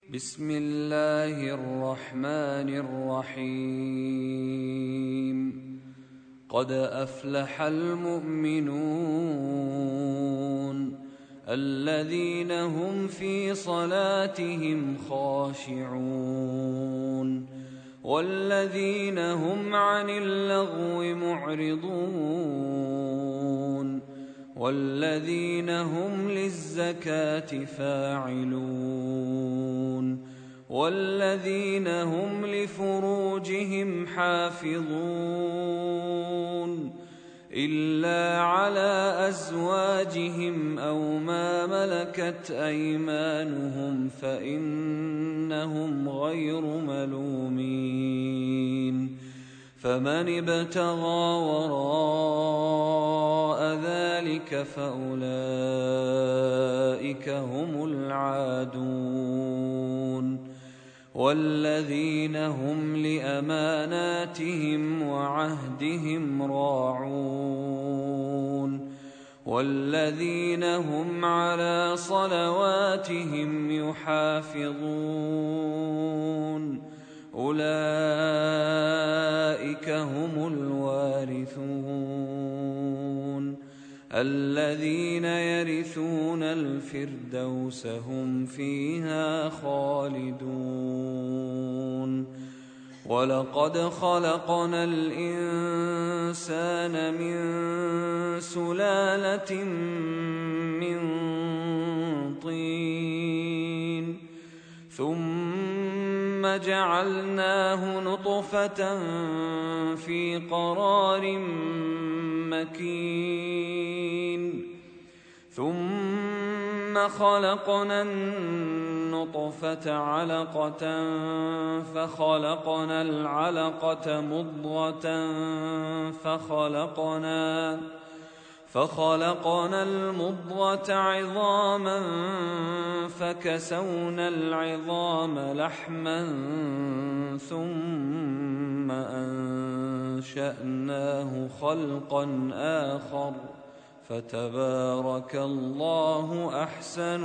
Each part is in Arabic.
بسم الله الرحمن الرحيم. قد أفلح المؤمنون الذين هم في صلاتهم خاشعون والذين هم عن اللغو معرضون والذين هم للزكاة فاعلون والذين هم لفروجهم حافظون إلا على أزواجهم أو ما ملكت أيمانهم فإنهم غير ملومين. فمن ابتغى وراء ذلك فأولئك هم العادون. والذين هم لأماناتهم وعهدهم راعون والذين هم على صلواتهم يحافظون أولئك هم الوارثون الذين يرثون الفردوس هم فيها خالدون. ولقد خلقنا الإنسان من سلالة من طين ثم جعلناه نطفة في قرار مكين ثم خلقنا النطفة علقة فخلقنا العلقة مضغة فخلقنا المضغة عظاما فكسونا العظام لحما ثم أنشأناه خلقا آخر فتبارك الله أحسن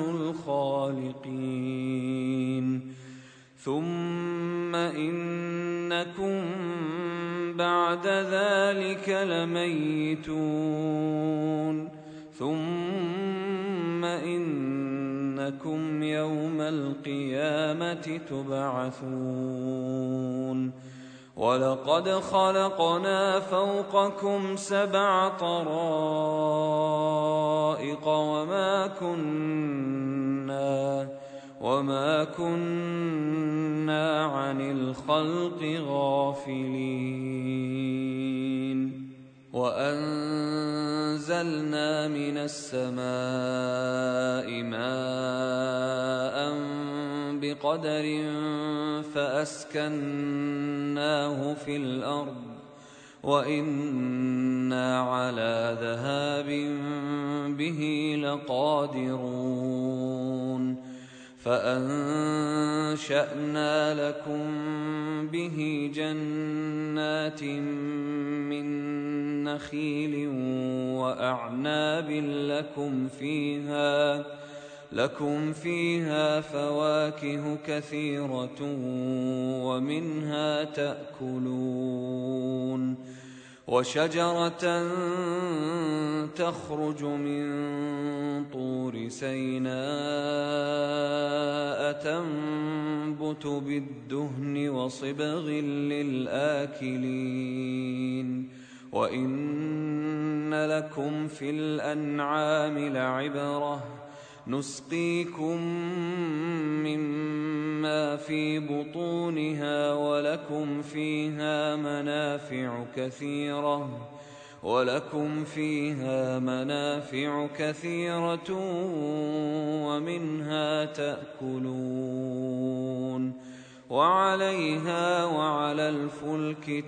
الخالقين. ثم إنكم بعد ذلك لميتون ثم إنكم يوم القيامة تبعثون. ولقد خلقنا فوقكم 7 طرائق وما كنا عن الخلق غافلين. وأنزلنا من السماء ماء بقدر فأسكناه في الأرض وإنا على ذهاب به لقادرون. فأنشأنا لكم به جنات من نخيل وأعناب لكم فيها فواكه كثيرة ومنها تأكلون. وشجرة تخرج من طور سيناء تنبت بالدهن وصبغ للآكلين. وإن لكم في الأنعام لعبرة نسقيكم مما في بطونها ولكم فيها منافع كثيرة ومنها تأكلون وعليها وعلى الفلك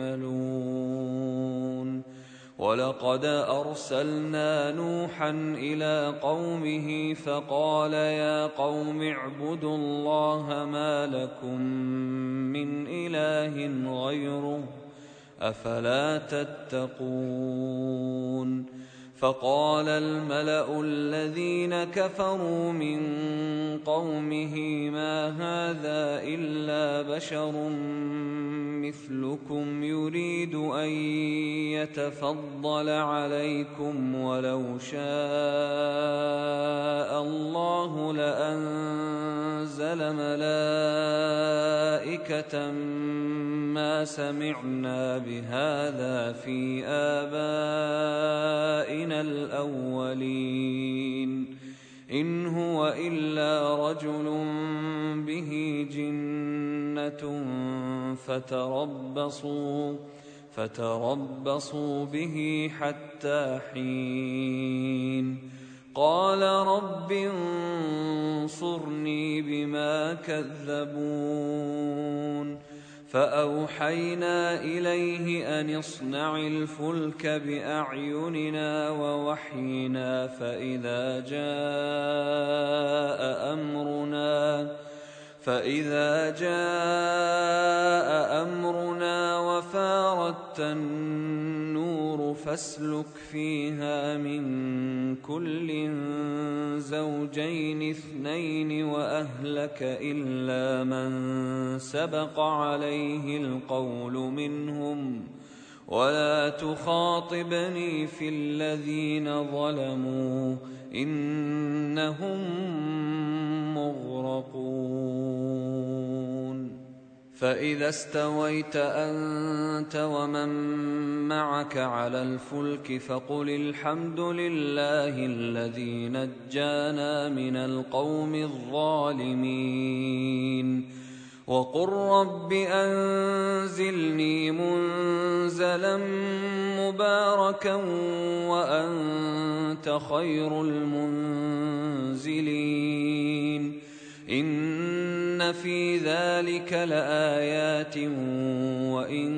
تحملون. ولقد أرسلنا نوحا إلى قومه فقال يا قوم اعبدوا الله ما لكم من إله غيره أفلا تتقون. فقال الملأ الذين كفروا من قومه ما هذا إلا بشر مثلكم يريد أن يتفضل عليكم ولو شاء الله لأنزل ملائكة ما سمعنا بهذا في آبائنا الأولين إن هو إلا رجل به جنة فتربصوا به حتى حين قال رب انصرني بما كذبون فأوحينا إليه أن اصنع الفلك بأعيننا ووحينا فإذا جاء أمرنا وفارت النور فاسلك فيها من كل زوجين اثنين وأهلك إلا من سبق عليه القول منهم ولا تخاطبني في الذين ظلموا إنهم مغرقون فإذا استويت أنت ومن معك على الفلك فقل الحمد لله الذي نجانا من القوم الظالمين وقل رب أنزلني منزلا مباركا وأنت خير المنزلين إن في ذلك لآيات وإن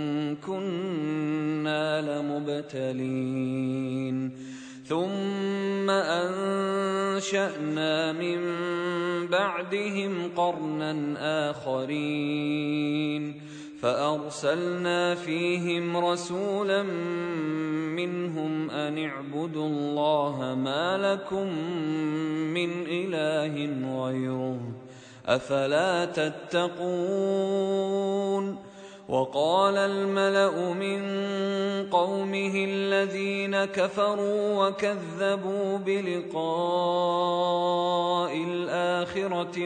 كنا لمبتلين ثم أنشأنا من بعدهم قرنا آخرين فأرسلنا فيهم رسولا منهم أن اعبدوا الله ما لكم من إله غيره أفلا تتقون وقال الملأ من قومه الذين كفروا وكذبوا بلقاء الآخرة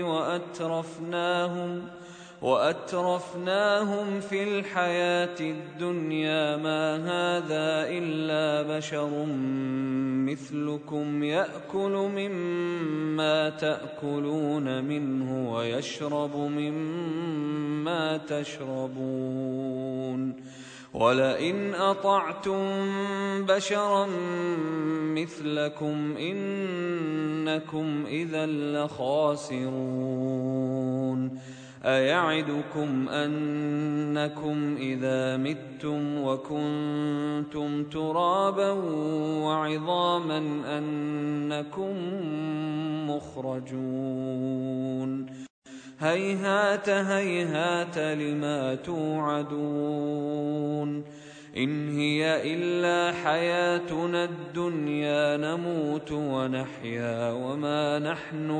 وأترفناهم في الحياة الدنيا ما هذا إلا بشر مثلكم يأكل مما تأكلون منه ويشرب مما تشربون ولئن أطعتم بشرا مثلكم إنكم إذا لخاسرون أيعدكم أنكم إذا متم وكنتم ترابا وعظاما أنكم مخرجون هيهات هيهات لما توعدون إن هي إلا حياتنا الدنيا نموت ونحيا وما نحن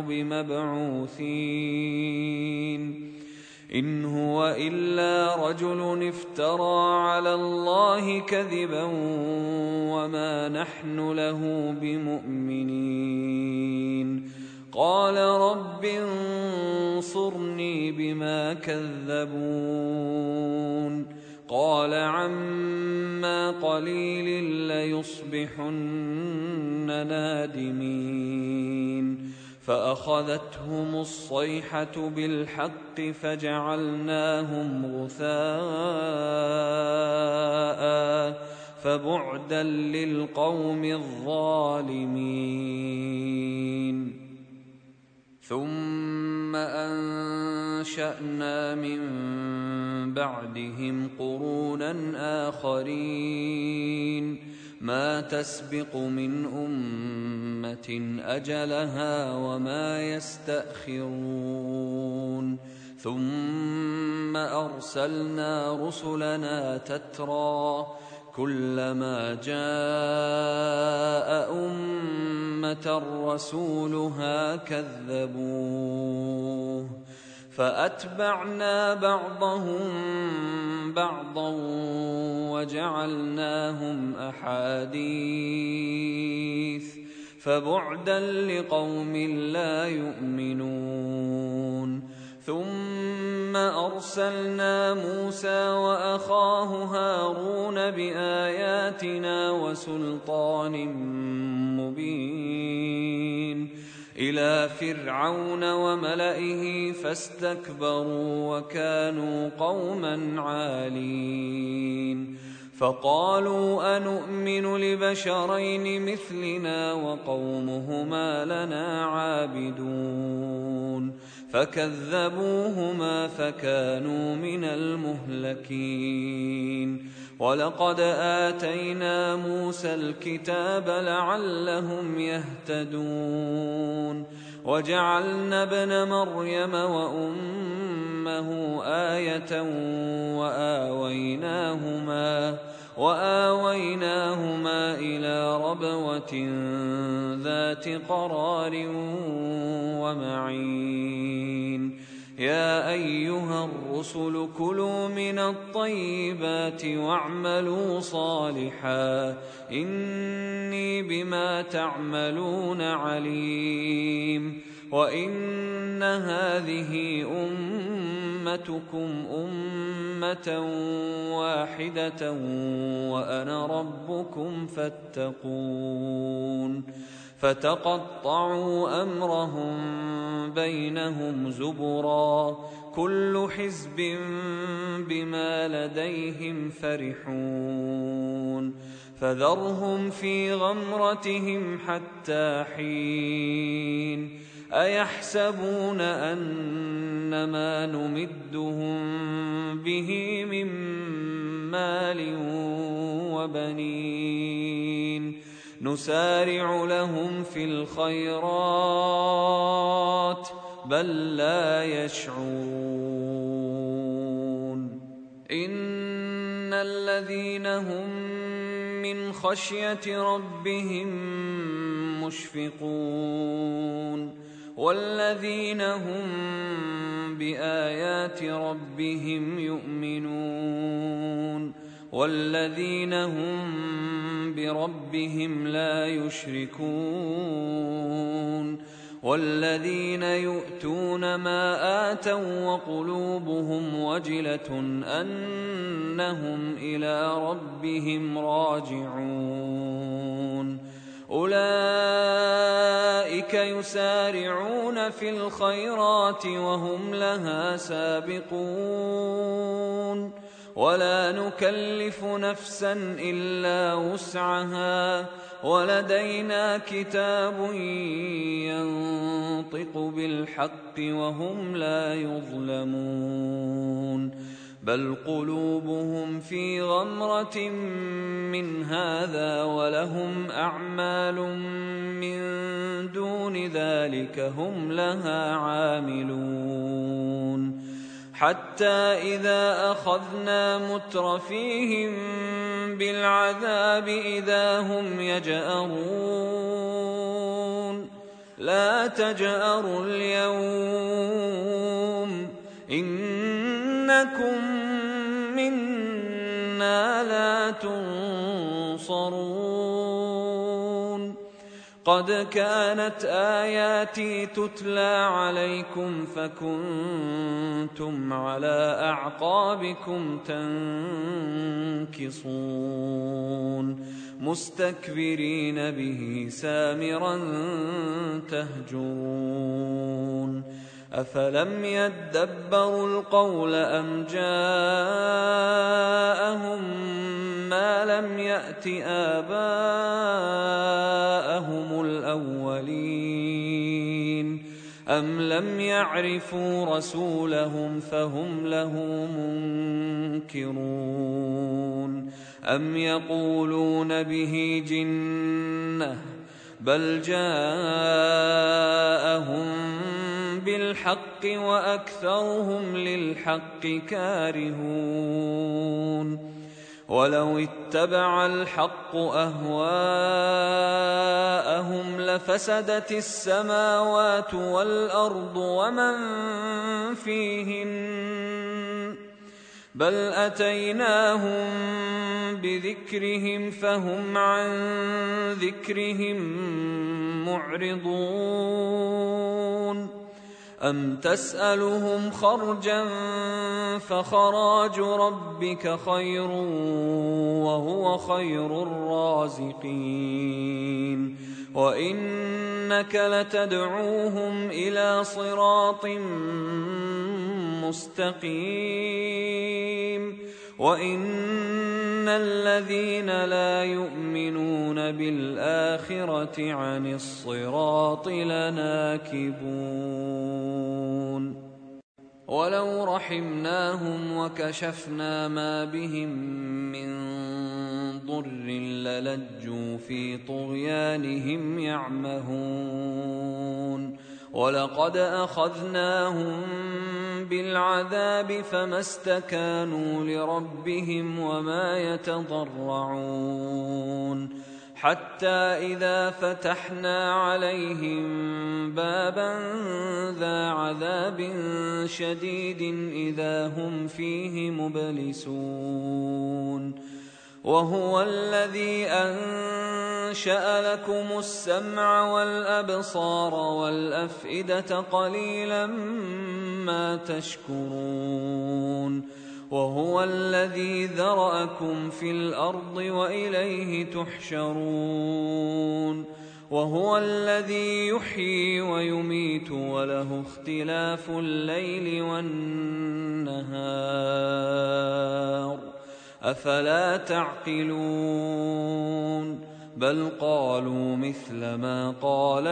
بمبعوثين إن هو إلا رجل افترى على الله كذبا وما نحن له بمؤمنين قال رب انصرني بما كذبون قال عما قليل ليصبحن نادمين فأخذتهم الصيحة بالحق فجعلناهم غثاء فبعدا للقوم الظالمين ثم أنشأنا من بعدهم قرونا آخرين ما تسبق من أمة أجلها وما يستأخرون ثم أرسلنا رسلنا تترى كلما جاء أمة رسولها كذبوه فأتبعنا بعضهم بعضا وجعلناهم أحاديث فبعدا لقوم لا يؤمنون ثم أرسلنا موسى وأخاه هارون بآياتنا وسلطان مبين إلى فرعون وملئه فاستكبروا وكانوا قوما عالين فقالوا أنؤمن لبشرين مثلنا وقومهما لنا عابدون فكذبوهما فكانوا من المهلكين ولقد آتينا موسى الكتاب لعلهم يهتدون وجعلنا ابن مريم وأمه آية وآويناهما إلى ربوة ذات قرار ومعين يا أيها الرسل كلوا من الطيبات واعملوا صالحا إني بما تعملون عليم وإن هذه أمتكم أمة واحدة وأنا ربكم فاتقون فتقطعوا أمرهم بينهم زبرا كل حزب بما لديهم فرحون فذرهم في غمرتهم حتى حين أيحسبون أنما نمدهم به من مال وبنين نسارع لهم في الخيرات بل لا يشعرون إن الذين هم من خشية ربهم مشفقون والذين هم بآيات ربهم يؤمنون والذين هم بربهم لا يشركون والذين يؤتون ما آتوا وقلوبهم وجلة أنهم إلى ربهم راجعون أولئك يسارعون في الخيرات وهم لها سابقون ولا نكلف نفسا إلا وسعها ولدينا كتاب ينطق بالحق وهم لا يظلمون بل قلوبهم في غمرة من هذا ولهم أعمال من دون ذلك هم لها عاملون حتى إذا أخذنا مترفيهم بالعذاب إذا هم يجأرون لا تجأروا اليوم إنكم منا لا تنصرون قد كانت آياتي تتلى عليكم فكنتم على أعقابكم تنكصون مستكبرين به سامرا تهجرون أفلم يدبروا القول أم جاءهم ما لم يأت آباءهم الأولين أم لم يعرفوا رسولهم فهم له منكرون أم يقولون به جنة بل جاءهم بالحق وأكثرهم للحق كارهون ولو اتبع الحق أهواءهم لفسدت السماوات والأرض ومن فيهن بل أتيناهم بذكرهم فهم عن ذكرهم معرضون أم تسألهم خرجا فخراج ربك خير وهو خير الرازقين وإنك لتدعوهم إلى صراط مستقيم وإن الذين لا يؤمنون بالآخرة عن الصراط لناكبون ولو رحمناهم وكشفنا ما بهم من ضر للجوا في طغيانهم يعمهون ولقد أخذناهم بالعذاب فما استكانوا لربهم وما يتضرعون حتى إذا فتحنا عليهم بابا ذا عذاب شديد إذا هم فيه مبلسون وهو الذي أنشأ لكم السمع والأبصار والأفئدة قليلا ما تشكرون وهو الذي ذرأكم في الأرض وإليه تحشرون وهو الذي يحيي ويميت وله اختلاف الليل والنهار أفلا تعقلون بل قالوا مثل ما قال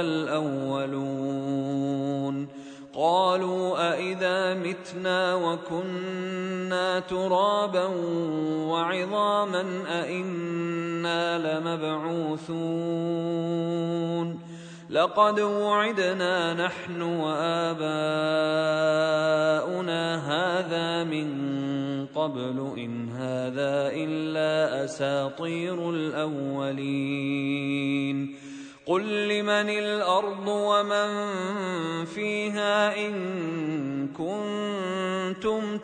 الأولون قالوا أئذا متنا وكنا ترابا وعظاما أئنا لمبعوثون لقد وعدنا نحن وآباؤنا هذا من قبل إن هذا إلا أساطير الأولين قل لمن الأرض ومن فيها إن كنتم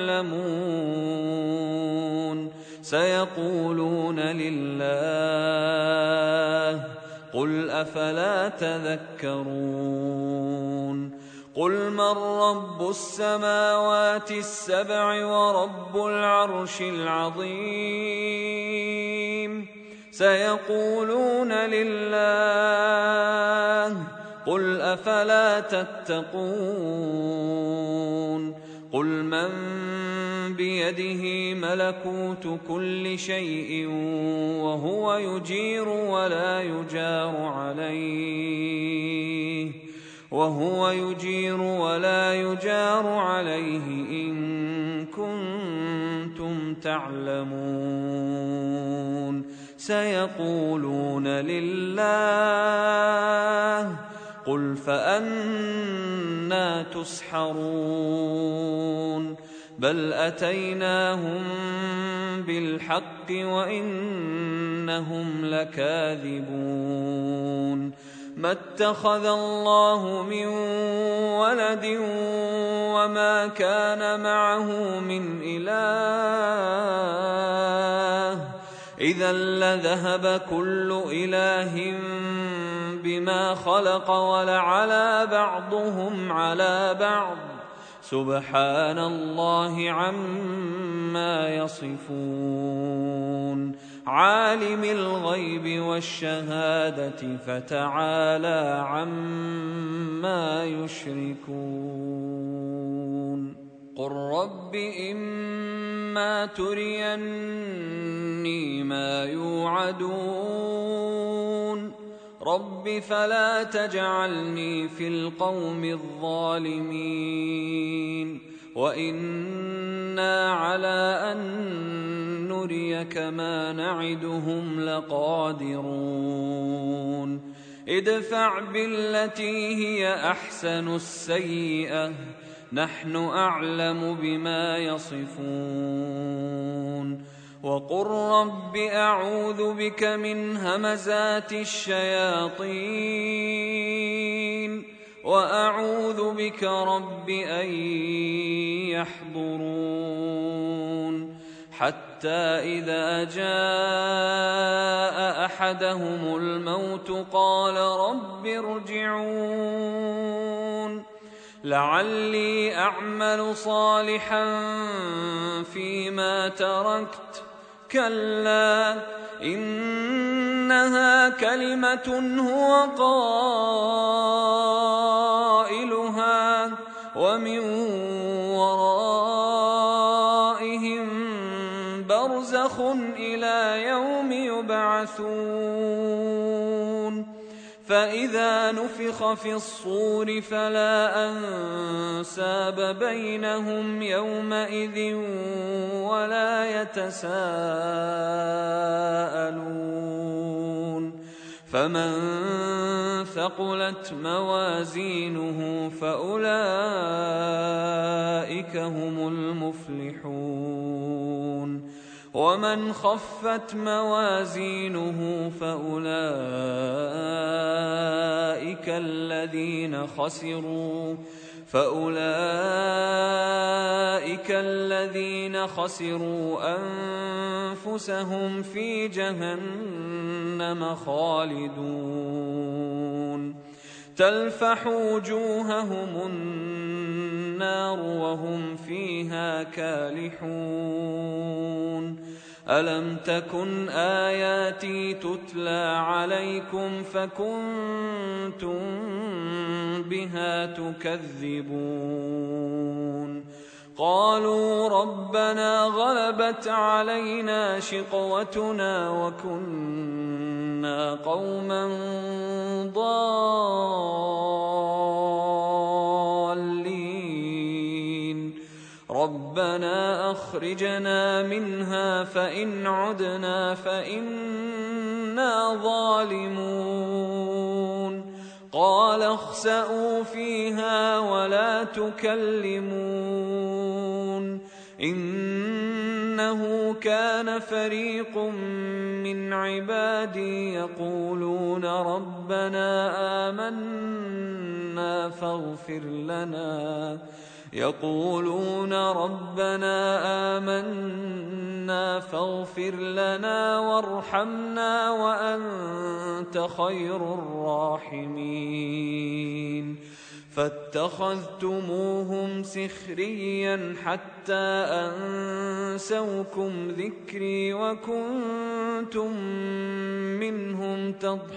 تعلمون سيقولون لله قل أفلا تذكرون قل من رب السماوات السبع ورب العرش العظيم سيقولون لله قل أفلا تتقون قل من بيده ملكوت كل شيء وهو يجير ولا يجار عليه إن كنتم تعلمون سيقولون لله قل فأنى تسحرون بل أتيناهم بالحق وإنهم لكاذبون ما اتخذ الله من ولد وما كان معه من إله إذا لذهب كل إله بما خلق ولعلى بعضهم على بعض سبحان الله عما يصفون عالم الغيب والشهادة فتعالى عما يشركون قل رب إما تريني ما يوعدون رب فلا تجعلني في القوم الظالمين وإنا على أن نريك ما نعدهم لقادرون ادفع بالتي هي أحسن السيئة نحن أعلم بما يصفون وقل رب أعوذ بك من همزات الشياطين وأعوذ بك رب أن يحضرون حتى إذا جاء أحدهم الموت قال رب ارجعون لعلي أعمل صالحا فيما تركت كلا إنها كلمة هو قائلها ومن ورائهم برزخ إلى يوم يبعثون فإذا نفخ في الصور فلا أنساب بينهم يومئذ ولا يتساءلون فمن ثقلت موازينه فأولئك هم المفلحون ومن خفت موازينه فأولئك الذين خسروا أنفسهم في جهنم خالدون تلفح وجوههم النار وهم فيها كالحون ألم تكن آياتي تتلى عليكم فكنتم بها تكذبون قالوا ربنا غلبت علينا شقوتنا وكنا قوما ضالين ربنا أخرجنا منها فإن عدنا فإنا ظالمون قال اخسئوا فيها ولا تكلمون إنه كان فريق من عبادي يقولون ربنا آمنا فاغفر لنا وارحمنا وأنت خير الراحمين فاتخذتموهم سخريا حتى أنسوكم ذكري وكنتم منهم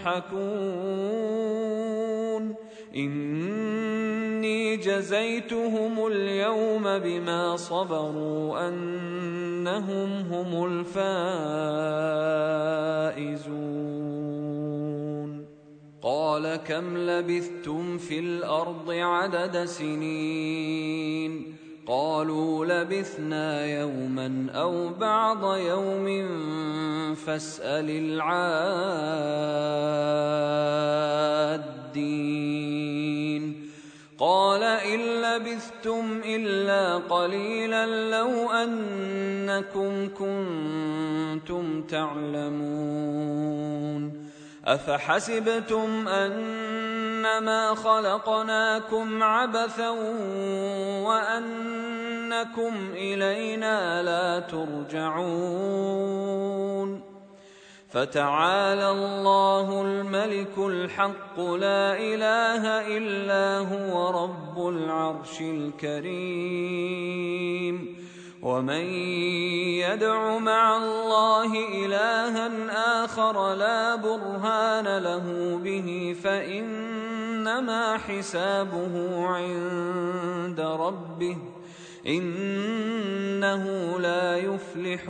تضحكون إني جزيتهم اليوم بما صبروا أنهم هم الفائزون قال كم لبثتم في الأرض عدد سنين قالوا لبثنا يوما أو بعض يوم فاسأل العادين قال إن لبثتم إلا قليلا لو أنكم كنتم تعلمون أفحسبتم أنما خلقناكم عبثا وأنكم إلينا لا ترجعون فتعالى الله الملك الحق لا إله إلا هو رب العرش الكريم ومن يدع مع الله إلها آخر لا برهان له به فإنما حسابه عند ربه إنه لا يفلح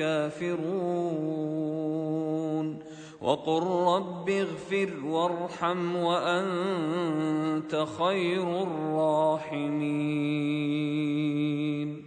الكافرون وقل رب اغفر وارحم وأنت خير الراحمين